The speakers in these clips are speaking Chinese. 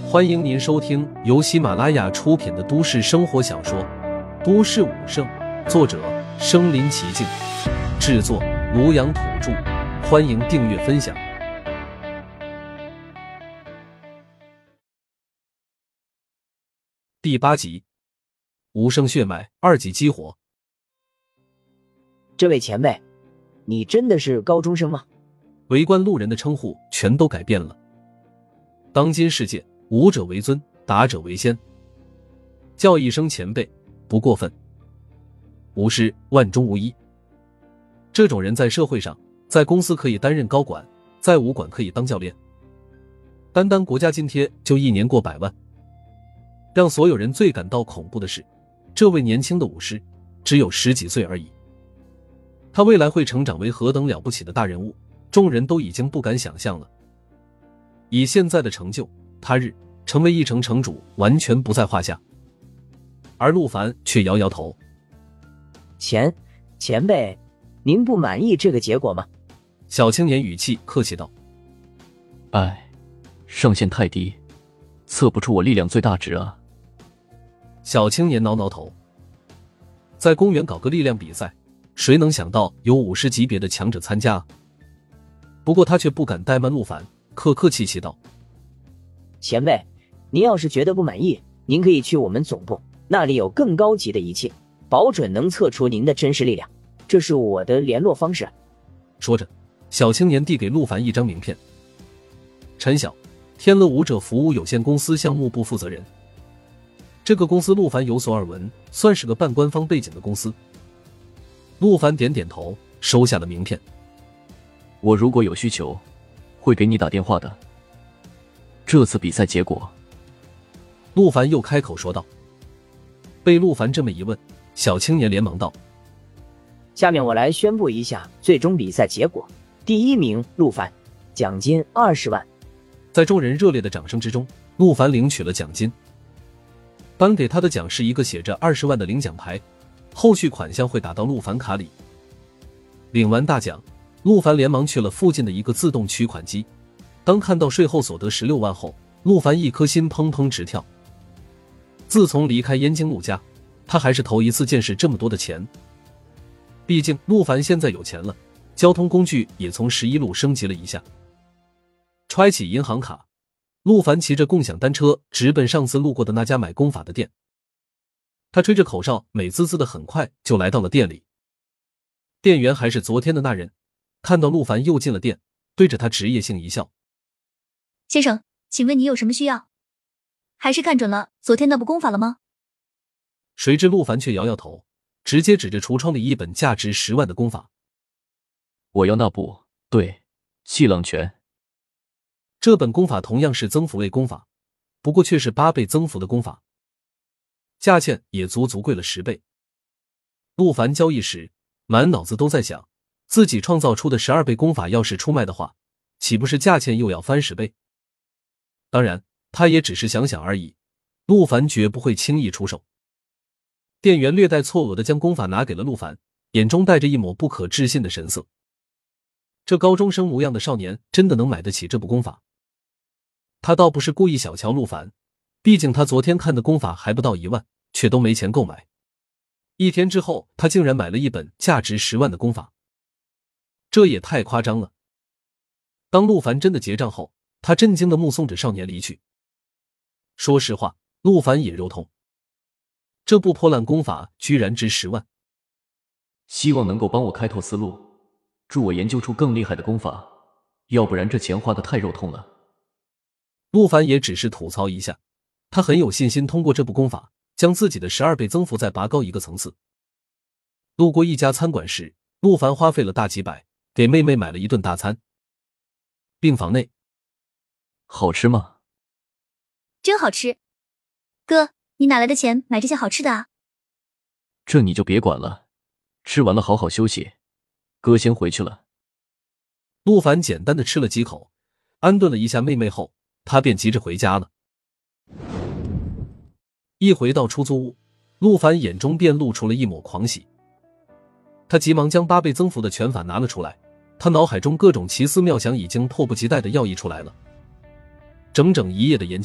欢迎您收听由喜马拉雅出品的都市生活小说《都市武圣》，作者身临其境，制作庐阳土著。欢迎订阅分享。第8集，无声血脉2级激活。 这位前辈，你真的是高中生吗？ 围观路人的称呼全都改变了。当今世界，武者为尊，达者为先，叫一声前辈不过分。武师万中无一，这种人在社会上，在公司可以担任高管，在武馆可以当教练，单单国家津贴就1年过100万。让所有人最感到恐怖的是，这位年轻的武师只有10几岁而已，他未来会成长为何等了不起的大人物，众人都已经不敢想象了。以现在的成就，他日成为一城城主完全不在话下。而陆凡却摇摇头。 前辈，您不满意这个结果吗？ 小青年语气客气道。 上限太低，测不出我力量最大值啊。 小青年挠挠头。在公园搞个力量比赛，谁能想到有50级别的强者参加啊？不过他却不敢怠慢陆凡，客气气道。 前辈，您要是觉得不满意，您可以去我们总部，那里有更高级的仪器，保准能测出您的真实力量。这是我的联络方式。 说着，小青年递给陆凡一张名片。陈晓，天乐武者服务有限公司项目部负责人。这个公司陆凡有所耳闻，算是个半官方背景的公司。陆凡点点头，收下了名片。 我如果有需求，会给你打电话的。这次比赛结果， 陆凡又开口说道。被陆凡这么一问，小青年连忙道： 下面我来宣布一下最终比赛结果。第1名陆凡，奖金20万。 在众人热烈的掌声之中，陆凡领取了奖金。颁给他的奖是一个写着20万的领奖牌，后续款项会打到陆凡卡里。领完大奖，陆凡连忙去了附近的一个自动取款机。当看到税后所得16万后，陆凡一颗心砰砰直跳。自从离开燕京陆家，他还是头一次见识这么多的钱。毕竟陆凡现在有钱了，交通工具也从11路升级了一下。揣起银行卡，陆凡骑着共享单车直奔上次路过的那家买功法的店。他吹着口哨，美滋滋的很快就来到了店里。店员还是昨天的那人，看到陆凡又进了店，对着他职业性一笑。 先生，请问你有什么需要？还是看准了昨天那部功法了吗？ 谁知陆凡却摇摇头，直接指着橱窗里一本价值10万的功法。 我要那部，对，气浪拳。 这本功法同样是增幅类功法，不过却是8倍增幅的功法，价钱也足贵了10倍。陆凡交易时满脑子都在想，自己创造出的12倍功法要是出卖的话，岂不是价钱又要翻10倍？当然他也只是想想而已，陆凡绝不会轻易出手。店员略带错愕地将功法拿给了陆凡，眼中带着一抹不可置信的神色。这高中生模样的少年真的能买得起这部功法？他倒不是故意小瞧陆凡，毕竟他昨天看的功法还不到1万，却都没钱购买。1天之后，他竟然买了一本价值10万的功法，这也太夸张了。当陆凡真的结账后，他震惊地目送着少年离去。说实话，陆凡也肉痛，这部破烂功法居然值10万。 希望能够帮我开拓思路，助我研究出更厉害的功法，要不然这钱花得太肉痛了。 陆凡也只是吐槽一下，他很有信心通过这部功法将自己的12倍增幅再拔高一个层次。路过一家餐馆时，陆凡花费了大几百，给妹妹买了一顿大餐。病房内， 好吃吗？ 真好吃。哥，你哪来的钱买这些好吃的啊？ 这你就别管了，吃完了好好休息，哥先回去了。 陆凡简单的吃了几口，安顿了一下妹妹后，他便急着回家了。一回到出租屋，陆凡眼中便露出了一抹狂喜。他急忙将8倍增幅的拳法拿了出来，他脑海中各种奇思妙想已经迫不及待地要溢出来了。整整一夜的研究，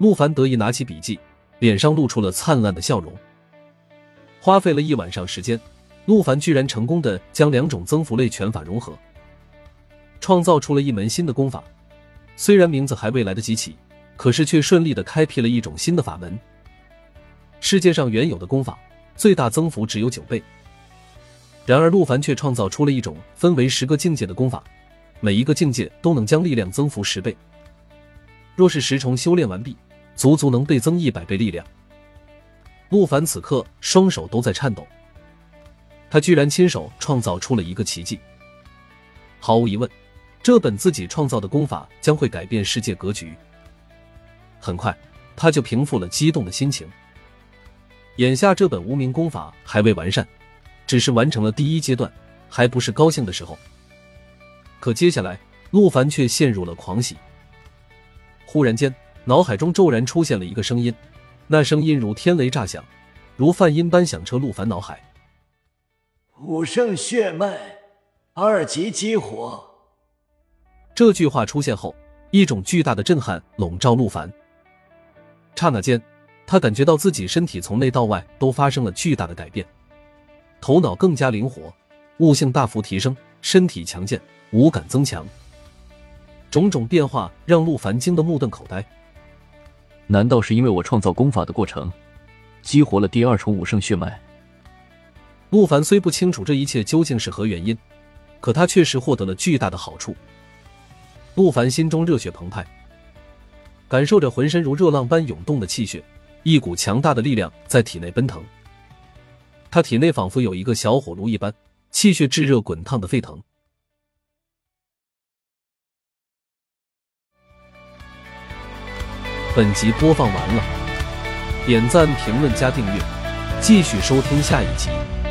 陆凡得意拿起笔记，脸上露出了灿烂的笑容。花费了一晚上时间，陆凡居然成功的将2种增幅类拳法融合，创造出了一门新的功法。虽然名字还未来得及起，可是却顺利的开辟了一种新的法门。世界上原有的功法最大增幅只有9倍，然而陆凡却创造出了一种分为10个境界的功法，每一个境界都能将力量增幅10倍。若是10重修炼完毕，足足能倍增100倍力量。陆凡此刻双手都在颤抖，他居然亲手创造出了一个奇迹。毫无疑问，这本自己创造的功法将会改变世界格局。很快，他就平复了激动的心情。眼下这本无名功法还未完善，只是完成了第1阶段，还不是高兴的时候。可接下来，陆凡却陷入了狂喜。忽然间，脑海中骤然出现了一个声音，那声音如天雷炸响，如梵音般响彻陆凡脑海。 武圣血脉2级激活。 这句话出现后，一种巨大的震撼笼罩陆凡。刹那间，他感觉到自己身体从内到外都发生了巨大的改变，头脑更加灵活，悟性大幅提升，身体强健，五感增强。种种变化让陆凡惊得目瞪口呆。 难道是因为我创造功法的过程激活了第2重武圣血脉？ 陆凡虽不清楚这一切究竟是何原因，可他确实获得了巨大的好处。陆凡心中热血澎湃，感受着浑身如热浪般涌动的气血，一股强大的力量在体内奔腾。他体内仿佛有一个小火炉一般，气血炙热滚烫的沸腾。本集播放完了，点赞、评论、加订阅，继续收听下一集。